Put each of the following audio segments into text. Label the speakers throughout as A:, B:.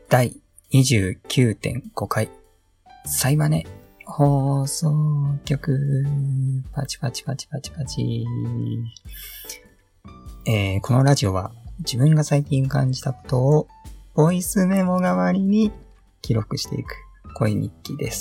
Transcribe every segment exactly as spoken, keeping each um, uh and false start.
A: だいにじゅうきゅうてんご 回サイマネ放送局パチパチパチパチパチ、えー、このラジオは自分が最近感じたことをボイスメモ代わりに記録していく声日記です。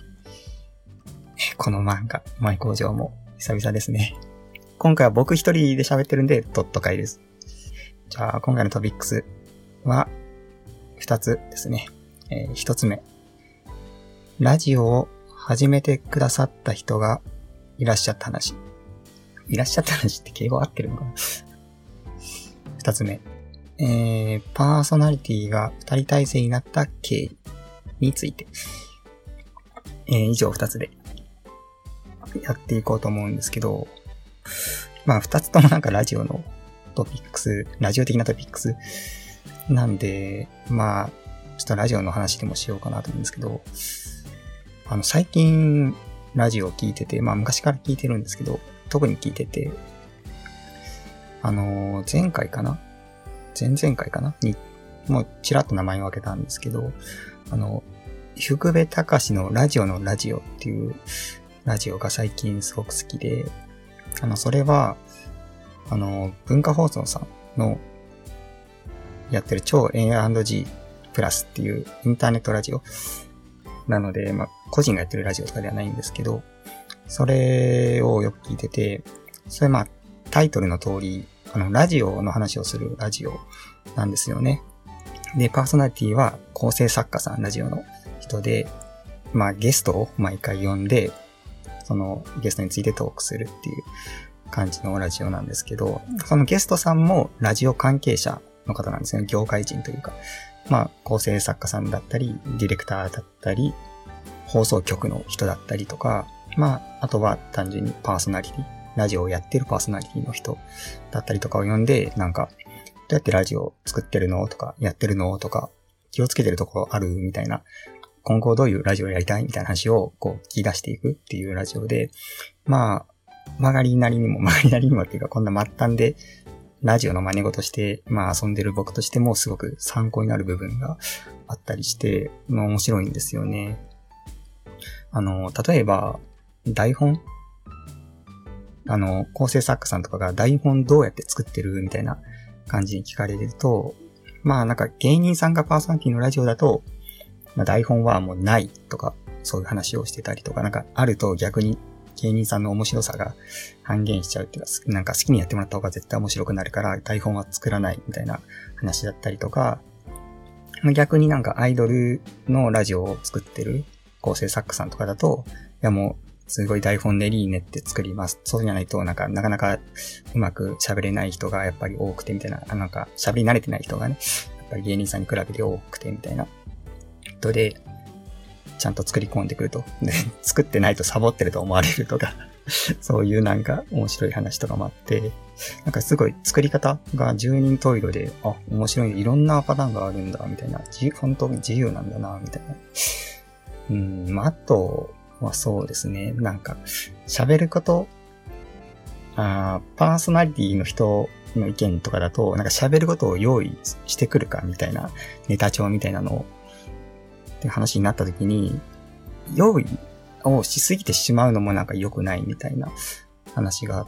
A: この漫画マイ工場も久々ですね。今回は僕一人で喋ってるんでドット回です。じゃあ今回のトピックスは二つですね。えー、一つ目、ラジオを始めてくださった人がいらっしゃった話。いらっしゃった話って敬語合ってるのかな。二つ目、えー、パーソナリティが二人体制になった経緯について、えー、以上二つでやっていこうと思うんですけど、まあ二つともなんかラジオのトピックス、ラジオ的なトピックスなんで、まあちょっとラジオの話でもしようかなと思うんですけど、あの最近ラジオを聞いてて、まあ昔から聞いてるんですけど、特に聞いてて、あのー、前回かな前々回かなに、もうちらっと名前を挙げたんですけど、あの、福部隆のラジオのラジオっていうラジオが最近すごく好きで、あの、それは、あの、文化放送さんのやってる超 エーアンドジー プラスっていうインターネットラジオなので、まあ、個人がやってるラジオとかではないんですけど、それをよく聞いてて、それまあ、タイトルの通り、あの、ラジオの話をするラジオなんですよね。で、パーソナリティは構成作家さん、ラジオの人で、まあ、ゲストを毎回呼んで、そのゲストについてトークするっていう感じのラジオなんですけど、そのゲストさんもラジオ関係者の方なんですね。業界人というか、まあ、構成作家さんだったり、ディレクターだったり、放送局の人だったりとか、まあ、あとは単純にパーソナリティ、ラジオをやってるパーソナリティの人だったりとかを呼んで、なんか、どうやってラジオ作ってるのとか、やってるのとか、気をつけてるところあるみたいな、今後どういうラジオをやりたいみたいな話をこう聞き出していくっていうラジオで、まあ、曲がりなりにも曲がりなりにもっていうか、こんな末端でラジオの真似事して、まあ遊んでる僕としてもすごく参考になる部分があったりして、まあ面白いんですよね。あの、例えば、台本あの、構成作家さんとかが台本どうやって作ってるみたいな感じに聞かれると、まあなんか芸人さんがパーソナリティのラジオだと、まあ、台本はもうないとか、そういう話をしてたりとか、なんかあると逆に芸人さんの面白さが半減しちゃうっていうか、なんか好きにやってもらった方が絶対面白くなるから台本は作らないみたいな話だったりとか、逆になんかアイドルのラジオを作ってる構成作家さんとかだと、いやもうすごい台本練り練って作ります。そうじゃないとなんかなかなかうまく喋れない人がやっぱり多くてみたいな、なんか喋り慣れてない人がね、やっぱり芸人さんに比べて多くてみたいな。で、ちゃんと作り込んでくると。で、作ってないとサボってると思われるとか、そういうなんか面白い話とかもあって、なんかすごい作り方が十人十色で、あ、面白い、いろんなパターンがあるんだ、みたいな。本当に自由なんだな、みたいな。うん、まあ、あとはそうですね。なんか、喋ること、あー、パーソナリティの人の意見とかだと、なんか喋ることを用意してくるか、みたいな、ネタ帳みたいなのを、って話になった時に、用意をしすぎてしまうのもなんか良くないみたいな話があって、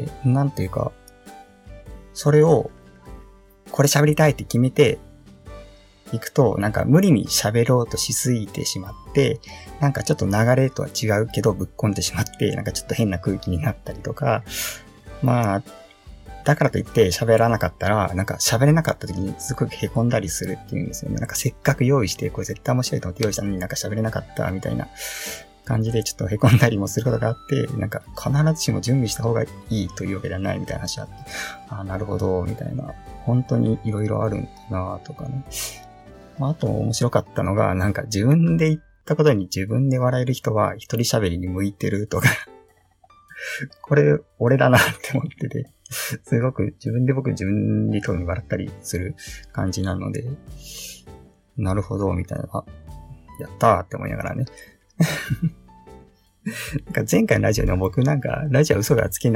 A: なんていうか、それを、これ喋りたいって決めていくと、なんか無理に喋ろうとしすぎてしまって、なんかちょっと流れとは違うけどぶっ込んでしまって、なんかちょっと変な空気になったりとか、まあ、だからといって喋らなかったら、なんか喋れなかった時にすごく凹んだりするっていうんですよね。なんかせっかく用意して、これ絶対面白いと思って用意したのになんか喋れなかったみたいな感じでちょっと凹んだりもすることがあって、なんか必ずしも準備した方がいいというわけではないみたいな話があって、ああ、なるほど、みたいな。本当にいろいろあるんだなとかね。あと面白かったのが、なんか自分で言ったことに自分で笑える人は一人喋りに向いてるとか、これ俺だなって思ってて。すごく自分で僕自分に興味笑ったりする感じなので、なるほど、みたいな。やったーって思いながらね。なんか前回のラジオでも僕なんか、ラジオは嘘がつけない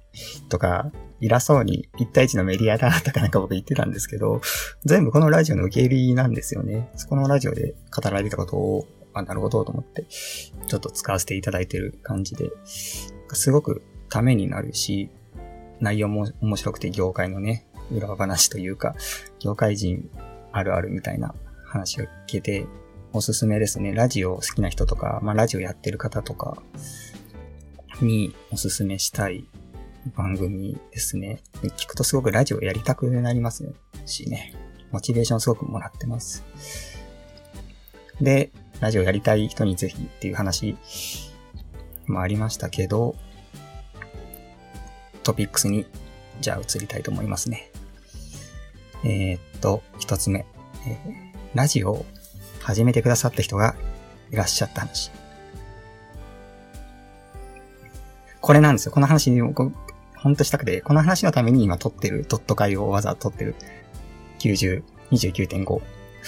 A: とか、偉そうに一対一のメディアだとかなんか僕言ってたんですけど、全部このラジオの受け入りなんですよね。そこのラジオで語られたことを、あ、なるほどと思って、ちょっと使わせていただいてる感じで、すごくためになるし、内容も面白くて業界のね、裏話というか、業界人あるあるみたいな話を聞けて、おすすめですね。ラジオ好きな人とか、まあラジオやってる方とかにおすすめしたい番組ですね。聞くとすごくラジオやりたくなりますしね。モチベーションすごくもらってます。で、ラジオやりたい人にぜひっていう話もありましたけど、トピックスにじゃあ移りたいと思いますね。えー、っと、一つ目、えー。ラジオを始めてくださった人がいらっしゃった話。これなんですよ。この話に僕、ほんとしたくて、この話のために今撮ってる、ドット会をわざわざ撮ってるきゅうじゅう、にじゅうきゅうてんご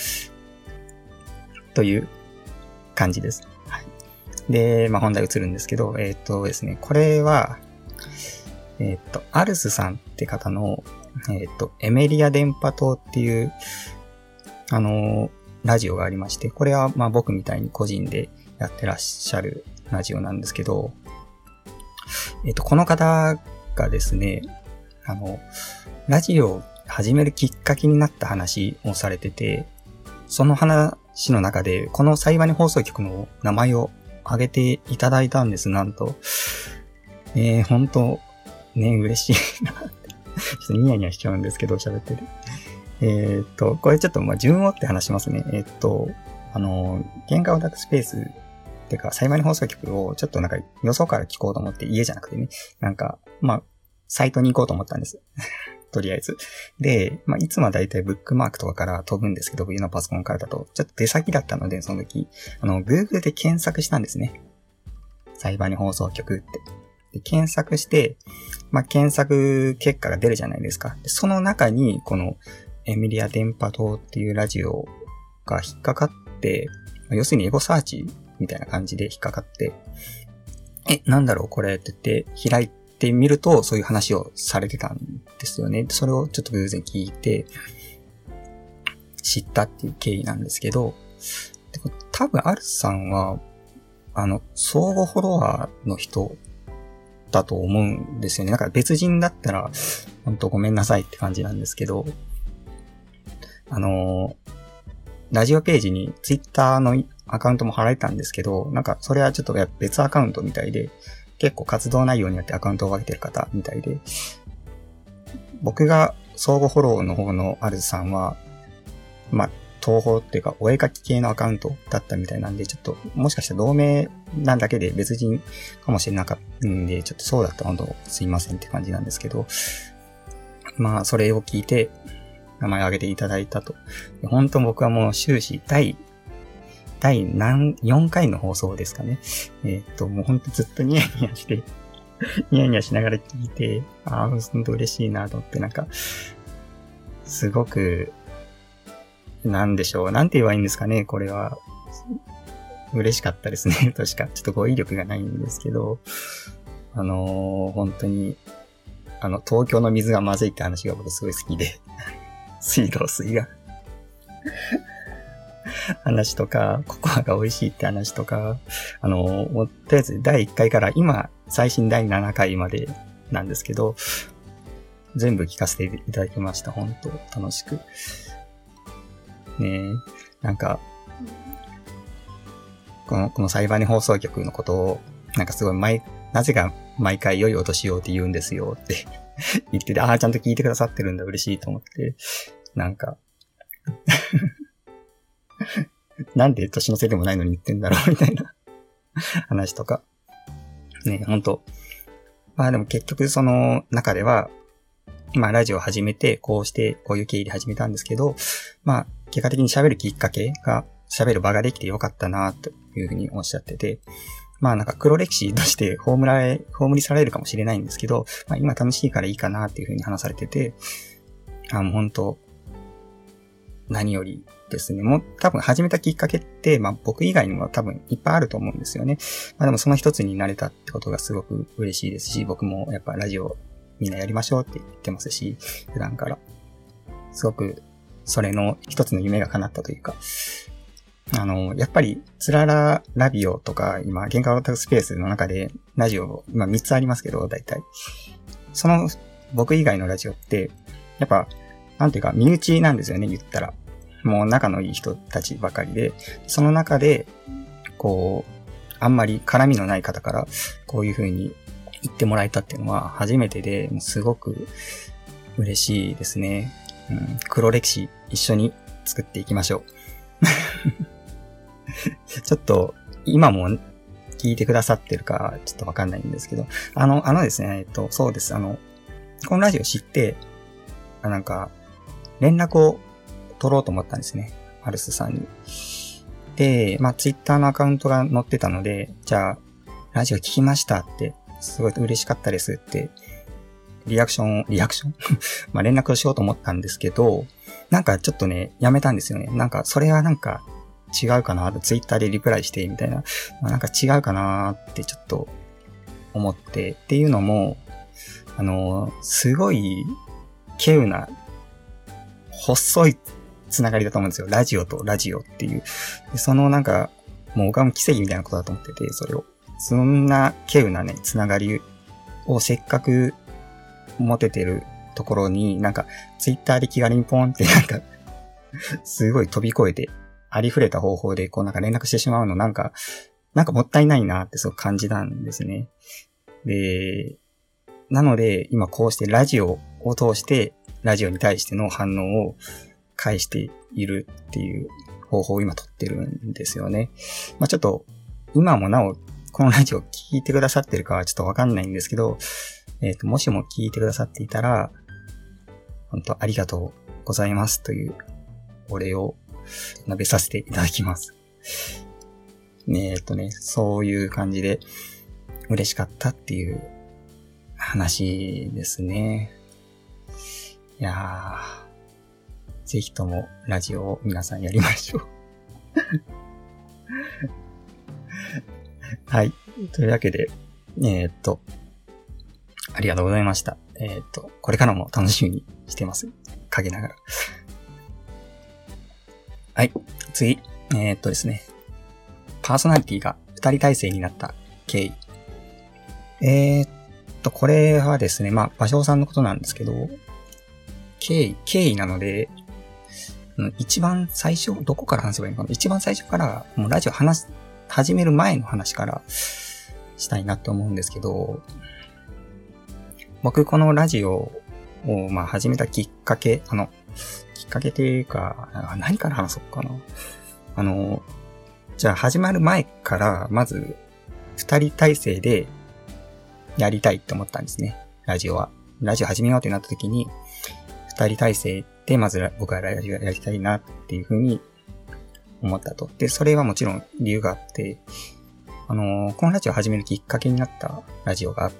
A: という感じです。はい。で、まあ、本題移るんですけど、えー、っとですね、これは、えー、っと、アルスさんって方の、えー、っと、エメリア電波塔っていう、あのー、ラジオがありまして、これはまあ僕みたいに個人でやってらっしゃるラジオなんですけど、えっと、この方がですね、あの、ラジオを始めるきっかけになった話をされてて、その話の中で、このサイバニ放送局の名前を挙げていただいたんです、なんと。えー、本当ね、嬉しいなって。ちょっとニヤニヤしちゃうんですけど、喋ってる。えーっと、これちょっとまあ順を追って話しますね。えーっと、あの、原価オタクスペースってか、サイバニ放送局をちょっとなんかよそから聞こうと思って家じゃなくてね、なんか、まあ、サイトに行こうと思ったんです。とりあえず。で、まあ、いつもはだいたいブックマークとかから飛ぶんですけど、冬のパソコンからだと、ちょっと出先だったので、その時、あの、Google で検索したんですね。サイバニ放送局って。で、検索して、まあ、検索結果が出るじゃないですか。でその中に、この、エミリア電波塔っていうラジオが引っかかって、要するにエゴサーチみたいな感じで引っかかって、え、なんだろうこれって言って開いてみるとそういう話をされてたんですよね。それをちょっと偶然聞いて知ったっていう経緯なんですけど、多分アルさんはあの相互フォロワーの人だと思うんですよね。なんか別人だったら本当ごめんなさいって感じなんですけど、あのー、ラジオページにツイッターのアカウントも貼られたんですけど、なんかそれはちょっと別アカウントみたいで、結構活動内容によってアカウントを分けてる方みたいで、僕が相互フォローの方のアルズさんは、まあ、東宝っていうかお絵描き系のアカウントだったみたいなんで、ちょっともしかしたら同名なんだけで別人かもしれなかったんで、ちょっとそうだったら本当すいませんって感じなんですけど、まあそれを聞いて、名前を挙げていただいたと。本当僕はもう終始、第、第何、よんかいの放送ですかね。えー、っと、もう本当ずっとニヤニヤして、ニヤニヤしながら聞いて、ああ、本当嬉しいなと思って、なんか、すごく、なんでしょう。なんて言えばいいんですかね、これは。嬉しかったですね、としか。ちょっと語彙力がないんですけど、あのー、本当に、あの、東京の水がまずいって話が僕すごい好きで、水道水が話とか、ココアが美味しいって話とか、あの、もうとりあえずだいいっかいから今、最新だいななかいまでなんですけど、全部聞かせていただきました。本当楽しく。ねえ、なんか、この、このサイバニ放送局のことを、なんかすごい毎、なぜか毎回良い音しようって言うんですよって言ってて、ああ、ちゃんと聞いてくださってるんだ、嬉しいと思って、なんか、なんで年のせいでもないのに言ってんだろうみたいな話とか。ね、ほんと。まあでも結局その中では、まあラジオを始めて、こうして、こういう経緯で始めたんですけど、まあ結果的に喋るきっかけが、喋る場ができてよかったな、というふうにおっしゃってて、まあなんか黒歴史として葬られ、葬りされるかもしれないんですけど、まあ今楽しいからいいかなっていうふうに話されてて、あ、もう本当何よりですね。もう多分始めたきっかけって、まあ僕以外にも多分いっぱいあると思うんですよね。まあでもその一つになれたってことがすごく嬉しいですし、僕もやっぱラジオみんなやりましょうって言ってますし、普段から。すごく、それの一つの夢が叶ったというか、あの、やっぱり、つららラビオとか、今、原価オタクスペースの中で、ラジオ、今みっつありますけど、大体。その、僕以外のラジオって、やっぱ、なんていうか、身内なんですよね、言ったら。もう仲のいい人たちばかりで、その中で、こう、あんまり絡みのない方から、こういう風に言ってもらえたっていうのは初めてで、すごく嬉しいですね。うん、黒歴史一緒に作っていきましょう。ちょっと、今も聞いてくださってるか、ちょっとわかんないんですけど、あの、あのですね、えっと、そうです、あの、このラジオ知って、なんか、連絡を取ろうと思ったんですね。アルスさんに。で、まあ、ツイッターのアカウントが載ってたので、じゃあ、ラジオ聞きましたって、すごい嬉しかったですって、リアクション、リアクションまあ、連絡をしようと思ったんですけど、なんかちょっとね、やめたんですよね。なんか、それはなんか、違うかなと、ツイッターでリプライして、みたいな。まあ、なんか違うかなってちょっと思って、っていうのも、あの、すごい、稀有な、細いつながりだと思うんですよ。ラジオとラジオっていう。でそのなんか、もう僕はもう奇跡みたいなことだと思ってて、それを。そんな稀有なね、つながりをせっかく持ててるところに、なんか、ツイッターで気軽にポンってなんか、すごい飛び越えて、ありふれた方法でこうなんか連絡してしまうのなんか、なんかもったいないなってすごく感じたんですね。で、なので、今こうしてラジオを通して、ラジオに対しての反応を返しているっていう方法を今取ってるんですよね。まあちょっと、今もなお、このラジオ聞いてくださってるかはちょっとわかんないんですけど、えっと、もしも聞いてくださっていたら、本当ありがとうございますというお礼を述べさせていただきます。ねえっとね、そういう感じで嬉しかったっていう話ですね。いやー、ぜひともラジオを皆さんやりましょう。はい。というわけで、えー、っと、ありがとうございました。えー、っと、これからも楽しみにしてます。陰ながら。はい。次。えー、っとですね。パーソナリティが二人体制になった経緯。えー、っと、これはですね、まあ、芭蕉さんのことなんですけど、経緯、経緯なので、一番最初、どこから話せばいいのかな？一番最初から、もうラジオ話す、始める前の話からしたいなと思うんですけど、僕このラジオをまあ始めたきっかけ、あの、きっかけっていうか、何から話そうかな。あの、じゃあ始まる前から、まず、二人体制でやりたいって思ったんですね。ラジオは。ラジオ始めようってなった時に、二人体制でまず僕はラジオやりたいなっていうふうに思ったと。で、それはもちろん理由があって、あのー、このラジオを始めるきっかけになったラジオがあって、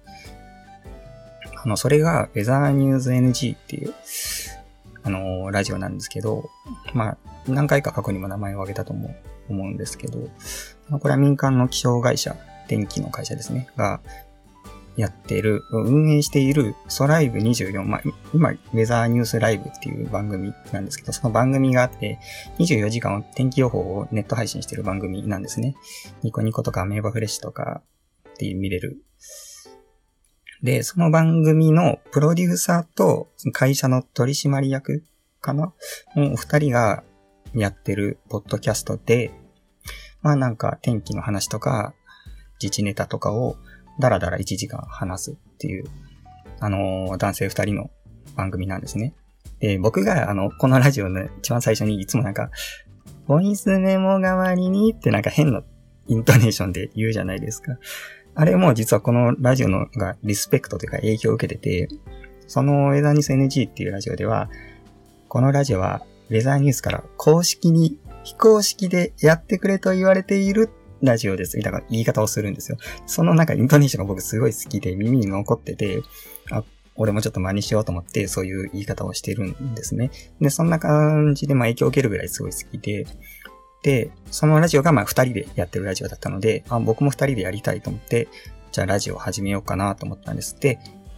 A: あの、それが、ウェザーニューズ エヌジー っていう、あのー、ラジオなんですけど、まあ、何回か過去にも名前を挙げたと思う、思うんですけど、これは民間の気象会社、電気の会社ですね、が、やっている、運営しているソライブにじゅうよん、まあ、今、ウェザーニュースライブっていう番組なんですけど、その番組があって、にじゅうよじかん天気予報をネット配信している番組なんですね。ニコニコとかアメーバフレッシュとかって見れる。で、その番組のプロデューサーと会社の取締役かなお二人がやってるポッドキャストで、まあなんか天気の話とか、自治ネタとかをだらだらいちじかん話すっていう、あのー、男性二人の番組なんですね。で、僕があの、このラジオの一番最初にいつもなんか、ボイスメモ代わりにってなんか変なイントネーションで言うじゃないですか。あれも実はこのラジオのがリスペクトというか影響を受けてて、そのウェザーニュース エヌジー っていうラジオでは、このラジオはウェザーニュースから公式に非公式でやってくれと言われているラジオです。みたいな言い方をするんですよ。そのなんかイントネーションが僕すごい好きで耳に残ってて、あ、俺もちょっと真似しようと思ってそういう言い方をしてるんですね。で、そんな感じでまあ影響を受けるぐらいすごい好きで、で、そのラジオがまあ二人でやってるラジオだったので、あ、僕も二人でやりたいと思って、じゃあラジオを始めようかなと思ったんです。で、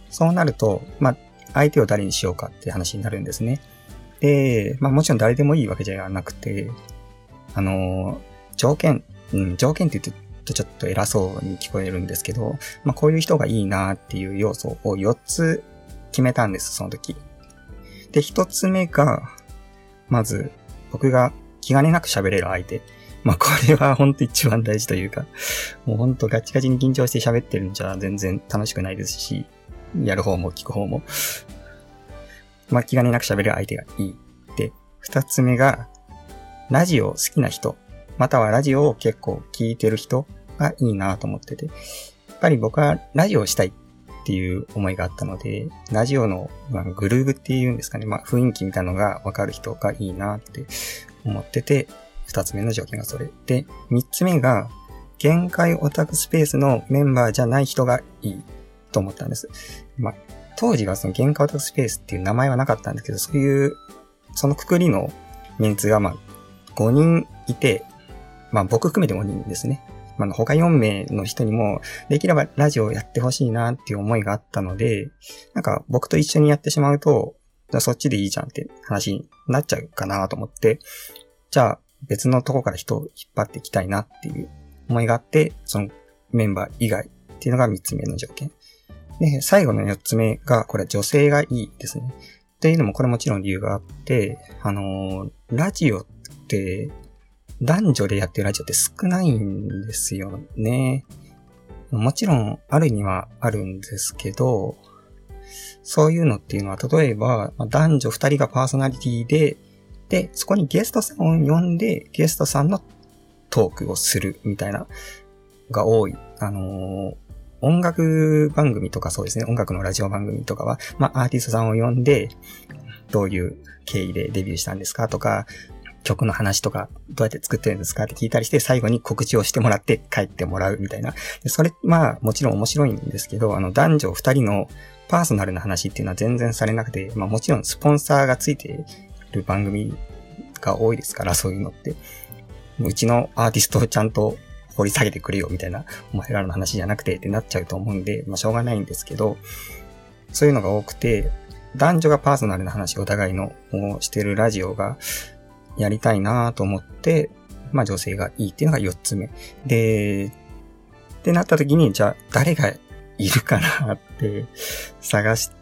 A: そうなると、まあ、相手を誰にしようかって話になるんですね。で、まあもちろん誰でもいいわけじゃなくて、あの、条件、うん、条件って言うとちょっと偉そうに聞こえるんですけど、まあこういう人がいいなっていう要素をよっつ決めたんです、その時。で、ひとつめが、まず、僕が気兼ねなく喋れる相手。まあこれは本当一番大事というか、もう本当ガチガチに緊張して喋ってるんじゃ全然楽しくないですし、やる方も聞く方も。まあ気兼ねなく喋れる相手がいい。で、二つ目が、ラジオ好きな人、またはラジオを結構聞いてる人がいいなと思ってて、やっぱり僕はラジオをしたいっていう思いがあったので、ラジオの、まあ、グルーブっていうんですかね、まあ雰囲気みたいなのがわかる人がいいなって思ってて、二つ目の条件がそれ。で、三つ目が、限界オタクスペースのメンバーじゃない人がいいと思ったんです。まあ、当時はその限界オタクスペースっていう名前はなかったんですけど、そういう、そのくくりのメンツがまあ、ごにんいて、まあ僕含めてごにんですね。まあ他よんめいの人にも、できればラジオをやってほしいなっていう思いがあったので、なんか僕と一緒にやってしまうと、じゃあそっちでいいじゃんって話になっちゃうかなと思って、じゃあ別のとこから人を引っ張っていきたいなっていう思いがあって、そのメンバー以外っていうのがみっつめの条件。で、最後のよっつめが、これは女性がいいですね。っていうのもこれもちろん理由があって、あのー、ラジオって、男女でやってるラジオって少ないんですよね。もちろんあるにはあるんですけど、そういうのっていうのは例えば男女二人がパーソナリティで、で、そこにゲストさんを呼んでゲストさんのトークをするみたいなが多い。あのー、音楽番組とかそうですね、音楽のラジオ番組とかは、まあアーティストさんを呼んで、どういう経緯でデビューしたんですかとか、曲の話とか、どうやって作ってるんですかって聞いたりして、最後に告知をしてもらって帰ってもらうみたいな。でそれ、まあ、もちろん面白いんですけど、あの、男女二人のパーソナルな話っていうのは全然されなくて、まあもちろんスポンサーがついてる番組が多いですから、そういうのって。うちのアーティストをちゃんと掘り下げてくれよみたいな、お前らの話じゃなくてってなっちゃうと思うんで、まあしょうがないんですけど、そういうのが多くて、男女がパーソナルな話をお互いのをしてるラジオが、やりたいなと思って、まあ女性がいいっていうのがよっつめ。で、ってなった時に、じゃあ誰がいるかなって探して、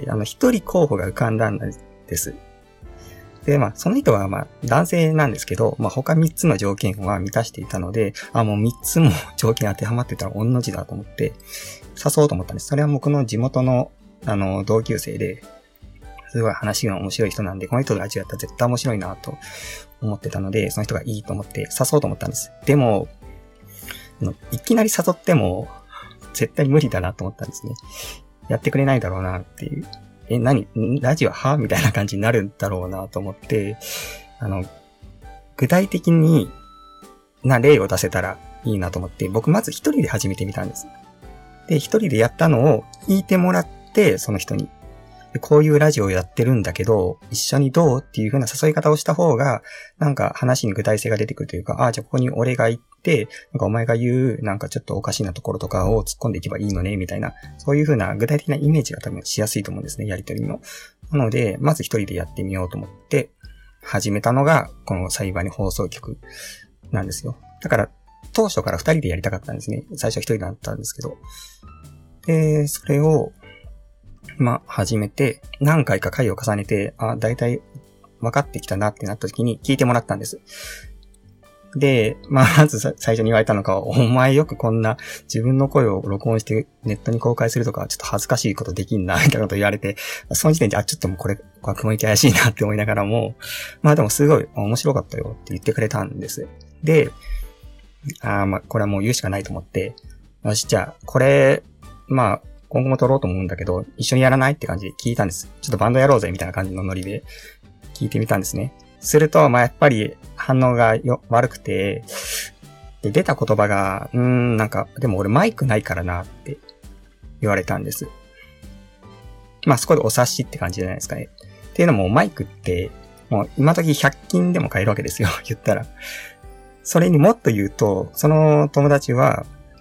A: あの一人候補が浮かんだんです。で、まあその人はまあ男性なんですけど、まあ他みっつの条件は満たしていたので、あ、もうみっつも条件当てはまってたら同じだと思って、誘おうと思ったんです。それは僕の地元のあの同級生で、すごい話が面白い人なんで、この人とラジオやったら絶対面白いなと思ってたので、その人がいいと思って誘おうと思ったんです。でも、いきなり誘っても絶対無理だなと思ったんですね。やってくれないだろうなっていう。え、何ラジオはみたいな感じになるんだろうなと思って、あの、具体的にな例を出せたらいいなと思って、僕まず一人で始めてみたんです。で、一人でやったのを聞いてもらって、その人に。こういうラジオをやってるんだけど、一緒にどうっていう風な誘い方をした方が、なんか話に具体性が出てくるというか、ああ、じゃあここに俺が行って、なんかお前が言う、なんかちょっとおかしいなところとかを突っ込んでいけばいいのね、みたいな、そういう風な具体的なイメージが多分しやすいと思うんですね、やりとりの。なので、まず一人でやってみようと思って、始めたのが、このサイバーに放送局なんですよ。だから、当初から二人でやりたかったんですね。最初一人だったんですけど。で、それを、まあ、始めて、何回か回を重ねて、あ、だいたい分かってきたなってなった時に聞いてもらったんです。で、まあ、まず最初に言われたのが、お前よくこんな自分の声を録音してネットに公開するとか、ちょっと恥ずかしいことできんな、みたいなこと言われて、その時点で、あ、ちょっともうこれ、雲行き怪しいなって思いながらも、まあでもすごい面白かったよって言ってくれたんです。で、あまあ、これはもう言うしかないと思って、よし、じゃあ、これ、まあ、今後も撮ろうと思うんだけど、一緒にやらないって感じで聞いたんです。ちょっとバンドやろうぜみたいな感じのノリで聞いてみたんですね。すると、まあ、やっぱり反応がよ悪くて、で、出た言葉が、うーん、なんか、でも俺マイクないからなって言われたんです。まあ、そこでお察しって感じじゃないですかね。っていうのもマイクって、もう今時ひゃく均でも買えるわけですよ、言ったら。それにもっと言うと、その友達は、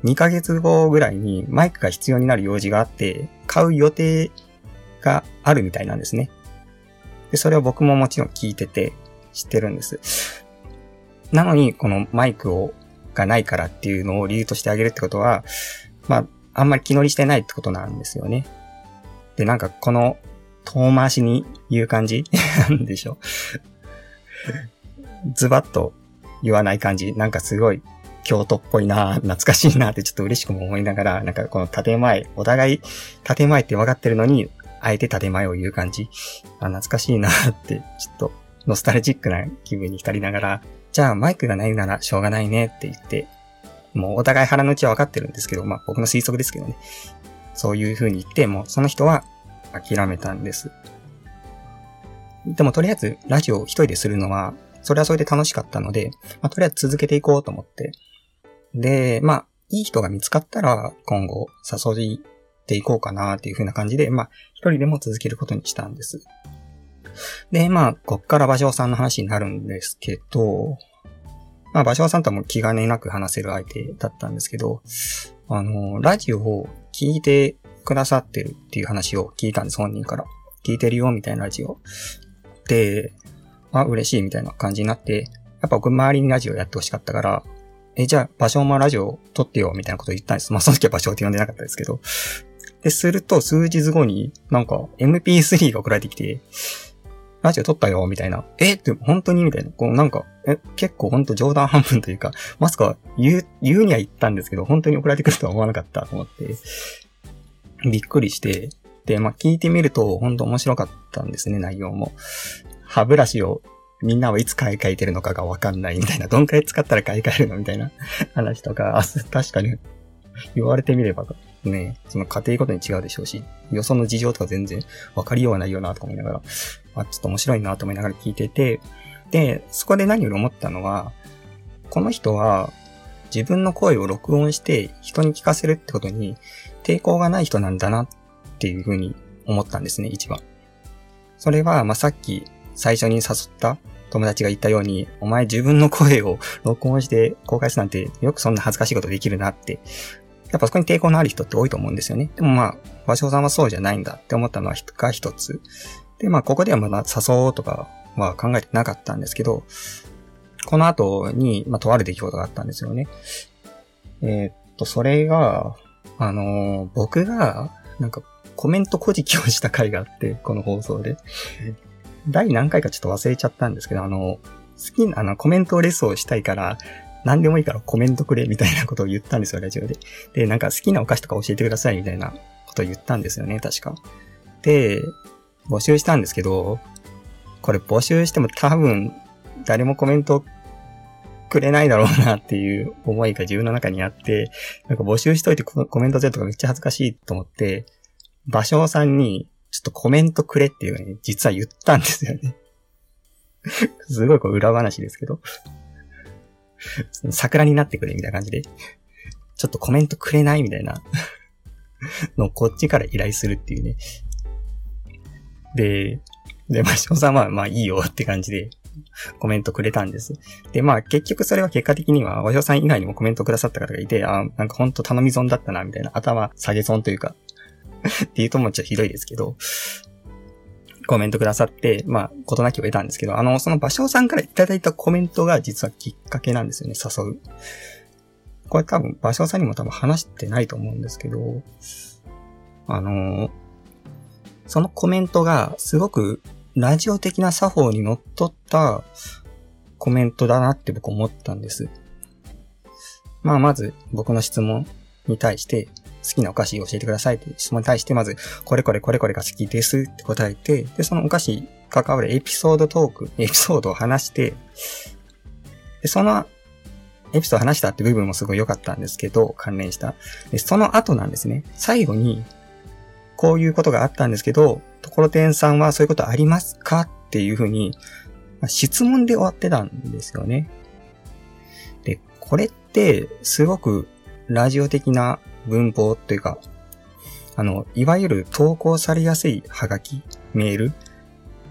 A: にかげつごぐらいにマイクが必要になる用事があって、買う予定があるみたいなんですね。で、それを僕ももちろん聞いてて知ってるんです。なのに、このマイクを、がないからっていうのを理由としてあげるってことは、まあ、あんまり気乗りしてないってことなんですよね。で、なんかこの遠回しに言う感じなんでしょ。ズバッと言わない感じ。なんかすごい京都っぽいな、懐かしいなってちょっと嬉しくも思いながら、なんかこの建前、お互い建前って分かってるのに、あえて建前を言う感じ。あ、懐かしいなって、ちょっとノスタルジックな気分に浸りながら、じゃあマイクがないならしょうがないねって言って、もうお互い腹の内は分かってるんですけど、まあ僕の推測ですけどね。そういう風に言って、もうその人は諦めたんです。でもとりあえずラジオを一人でするのは、それはそれで楽しかったので、まあとりあえず続けていこうと思って。で、まあいい人が見つかったら今後誘っていこうかなっていう風な感じで、まあ一人でも続けることにしたんです。で、まあこっから芭蕉さんの話になるんですけど、まあ、芭蕉さんとはもう気兼ねなく話せる相手だったんですけど、あの、ラジオを聞いてくださってるっていう話を聞いたんです、本人から。聞いてるよ、みたいなラジオ。で、あ、嬉しいみたいな感じになって、やっぱ僕周りにラジオやってほしかったから、え、じゃあ、芭蕉もラジオ撮ってよ、みたいなことを言ったんです。まあ、その時は芭蕉って呼んでなかったですけど。で、すると、数日後になんか エムピースリー が送られてきて、ラジオ撮ったよ、みたいな。えって、本当にみたいな。こう、なんか、え、結構本当冗談半分というか、まさか言う、言うには言ったんですけど、本当に送られてくるとは思わなかったと思って、びっくりして、で、まあ、聞いてみると、本当面白かったんですね、内容も。歯ブラシをみんなはいつ買い替えてるのかがわかんないみたいな。どんくらい使ったら買い替えるのみたいな話とか、確かに言われてみればね、その家庭ごとに違うでしょうし、よその事情とか全然わかりようがないよなとか思いながら、まあ、ちょっと面白いなと思いながら聞いてて、で、そこで何より思ったのは、この人は自分の声を録音して人に聞かせるってことに抵抗がない人なんだなっていうふうに思ったんですね、一番。それは、まあ、さっき最初に誘った友達が言ったように、お前自分の声を録音して公開するなんてよくそんな恥ずかしいことできるなって、やっぱそこに抵抗のある人って多いと思うんですよね。でもまあ、芭蕉さんはそうじゃないんだって思ったのはが一つ。で、まあ、ここではまだ誘おうとかは考えてなかったんですけど、この後に、まあ、とある出来事があったんですよね。えー、っと、それが、あのー、僕が、なんか、コメント古事記をした回があって、この放送で。第何回かちょっと忘れちゃったんですけど、あの、好きな、あの、コメントレスをしたいから、何でもいいからコメントくれみたいなことを言ったんですよ、ラジオで。で、なんか好きなお菓子とか教えてくださいみたいなことを言ったんですよね、確か。で、募集したんですけど、これ募集しても多分誰もコメントくれないだろうなっていう思いが自分の中にあって、なんか募集しといてコメントゼロとかめっちゃ恥ずかしいと思って、芭蕉さんにちょっとコメントくれっていうのに実は言ったんですよね。すごいこう裏話ですけど。桜になってくれみたいな感じで、ちょっとコメントくれないみたいなのをこっちから依頼するっていうね。で、で、まあ、翔さんはまあいいよって感じでコメントくれたんです。で、まあ結局それは結果的には、おしょさん以外にもコメントくださった方がいて、あ、なんかほんと頼み損だったなみたいな、頭下げ損というか、っていうともちょっとひどいですけど、コメントくださって、まあ、ことなきを得たんですけど、あの、その芭蕉さんからいただいたコメントが実はきっかけなんですよね、誘う。これ多分、芭蕉さんにも多分話してないと思うんですけど、あの、そのコメントがすごくラジオ的な作法にのっとったコメントだなって僕思ったんです。まあ、まず僕の質問に対して、好きなお菓子教えてくださいって質問に対して、まず、これこれこれこれが好きですって答えて、で、そのお菓子に関わるエピソードトーク、エピソードを話して、で、そのエピソードを話したって部分もすごい良かったんですけど、関連した。で、その後なんですね。最後に、こういうことがあったんですけど、ところてんさんはそういうことありますかっていうふうに、まあ、質問で終わってたんですよね。で、これって、すごくラジオ的な文法っていうか、あの、いわゆる投稿されやすいハガキ、メール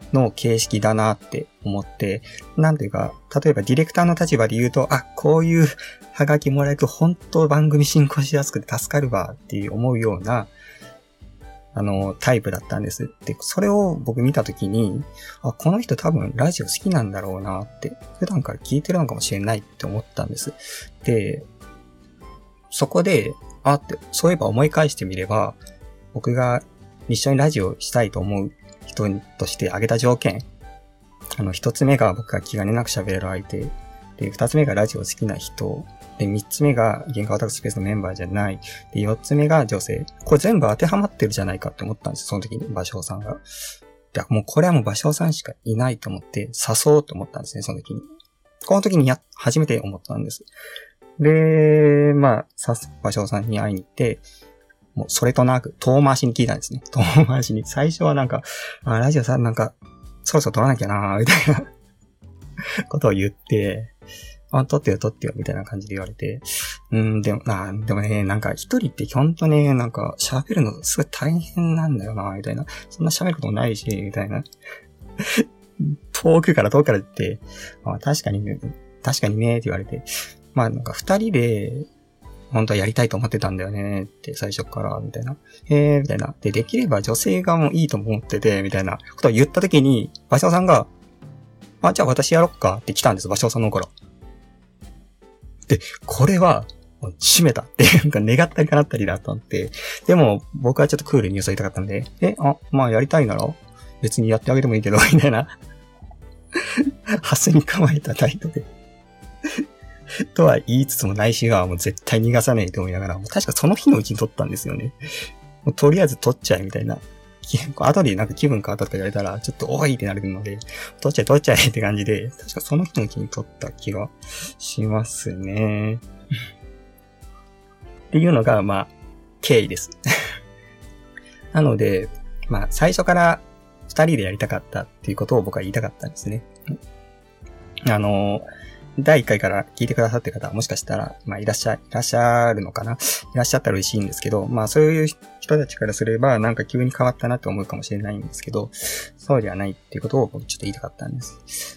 A: の形式だなって思って、なんていうか、例えばディレクターの立場で言うと、あ、こういうハガキもらえると本当番組進行しやすくて助かるわって思うような、あの、タイプだったんです。で、それを僕見たときに、あ、この人多分ラジオ好きなんだろうなって、普段から聞いてるのかもしれないって思ったんです。で、そこで、あって、そういえば思い返してみれば、僕が一緒にラジオしたいと思う人として挙げた条件。あの、一つ目が僕が気兼ねなく喋れる相手。で、二つ目がラジオ好きな人。で、三つ目が原価オタクスペースのメンバーじゃない。で、四つ目が女性。これ全部当てはまってるじゃないかって思ったんです。その時に、芭蕉さんが。で、もうこれはもう芭蕉さんしかいないと思って、誘おうと思ったんですね、その時に。この時にや、初めて思ったんです。で、まあ、さす、芭蕉さんに会いに行って、もうそれとなく遠回しに聞いたんですね。遠回しに。最初はなんか、あ、ラジオさ、なんか、そろそろ撮らなきゃなーみたいなことを言って、あ、撮ってよ撮ってよみたいな感じで言われて、うん、でも、あ、でもね、なんか一人ってほんとね、なんか喋るのすごい大変なんだよなみたいな。そんな喋ることもないし、みたいな。遠くから遠くから言って、あ、確かにね、確かにねって言われて、まあなんか二人で、本当はやりたいと思ってたんだよねって最初から、みたいな。へー、みたいな。で、できれば女性がもういいと思ってて、みたいなことを言った時に、芭蕉さんが、あ、じゃあ私やろっかって来たんです、芭蕉さんの頃。で、これは、閉めたって、なんか願ったり叶ったりだったんで、でも僕はちょっとクールに装いたかったんで、え、あ、まあやりたいなら、別にやってあげてもいいけど、みたいな。ハスに構えた態度で。とは言いつつも内心はもう絶対逃がさねえと思いながら、もう確かその日のうちに撮ったんですよね。もうとりあえず撮っちゃえみたいな。後でなんか気分変わったとか言われたら、ちょっとおいってなるので、撮っちゃえ撮っちゃえって感じで、確かその日のうちに撮った気がしますね。っていうのが、まあ、経緯です。なので、まあ、最初から二人でやりたかったっていうことを僕は言いたかったんですね。あの、だいいっかいから聞いてくださってる方はもしかしたら、まあいらっしゃ、いらっしゃるのかないらっしゃったら嬉しいんですけど、まあそういう人たちからすればなんか急に変わったなと思うかもしれないんですけど、そうではないっていうことを僕ちょっと言いたかったんです。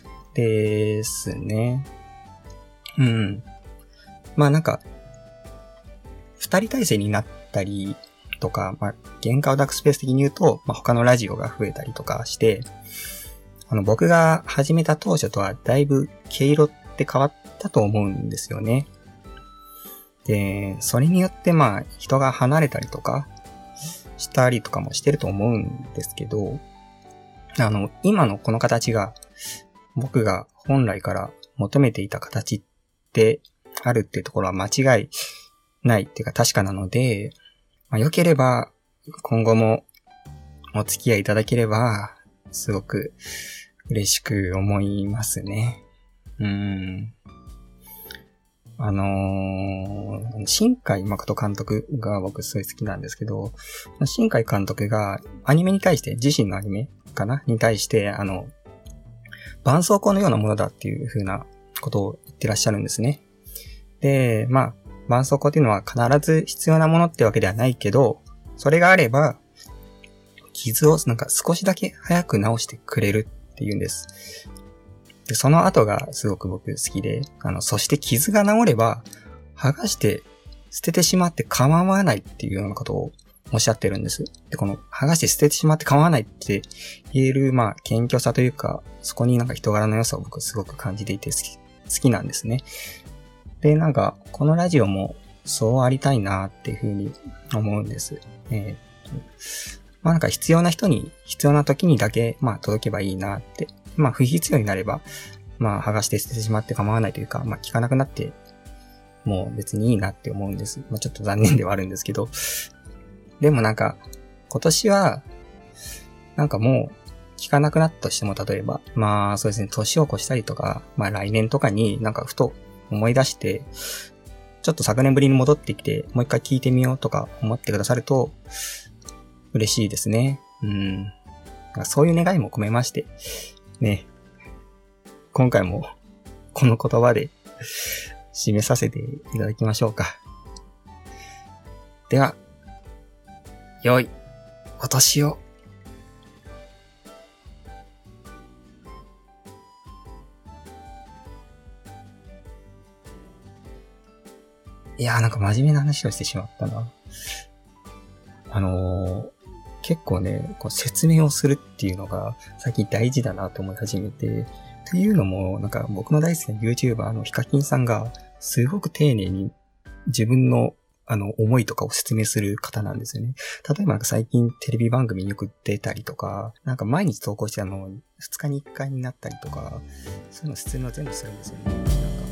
A: ですね。うん。まあなんか、二人体制になったりとか、まあ原価オタクスペース的に言うと、まあ他のラジオが増えたりとかして、あの僕が始めた当初とはだいぶ毛色って変わったと思うんですよね。で、それによってまあ人が離れたりとかしたりとかもしてると思うんですけど、あの今のこの形が僕が本来から求めていた形ってあるっていうところは間違いないっていうか確かなので、まあ、良ければ今後もお付き合いいただければすごく嬉しく思いますね。うーん。あのー、新海誠監督が僕すごい好きなんですけど、新海監督がアニメに対して、自身のアニメかなに対して、あの、絆創膏のようなものだっていう風なことを言ってらっしゃるんですね。で、まあ、絆創膏っていうのは必ず必要なものってわけではないけど、それがあれば、傷をなんか少しだけ早く治してくれるっていうんです。で、その後がすごく僕好きで、あの、そして傷が治れば、剥がして捨ててしまって構わないっていうようなことをおっしゃってるんです。で、この剥がして捨ててしまって構わないって言える、まあ、謙虚さというか、そこになんか人柄の良さを僕すごく感じていて好き、好きなんですね。で、なんか、このラジオもそうありたいなっていうふうに思うんです。えー、まあなんか必要な人に必要な時にだけ、まあ届けばいいなって。まあ不必要になれば、まあ剥がして捨ててしまって構わないというか、まあ聞かなくなって、もう別にいいなって思うんです。まあちょっと残念ではあるんですけど。でもなんか、今年は、なんかもう聞かなくなったとしても、例えば、まあそうですね、年を越したりとか、まあ来年とかになんかふと思い出して、ちょっと昨年ぶりに戻ってきて、もう一回聞いてみようとか思ってくださると、嬉しいですね。うん。そういう願いも込めまして、ね。今回も、この言葉で、締めさせていただきましょうか。では、良いお年を。 いやーなんか真面目な話をしてしまったな。あのー、結構ね、こう説明をするっていうのが最近大事だなと思い始めて、というのも、なんか僕の大好きな YouTuber のヒカキンさんがすごく丁寧に自分のあの思いとかを説明する方なんですよね。例えばなんか最近テレビ番組によく出たりとか、なんか毎日投稿してあのふつかにいっかいになったりとか、そういうの説明を全部するんですよね。なんか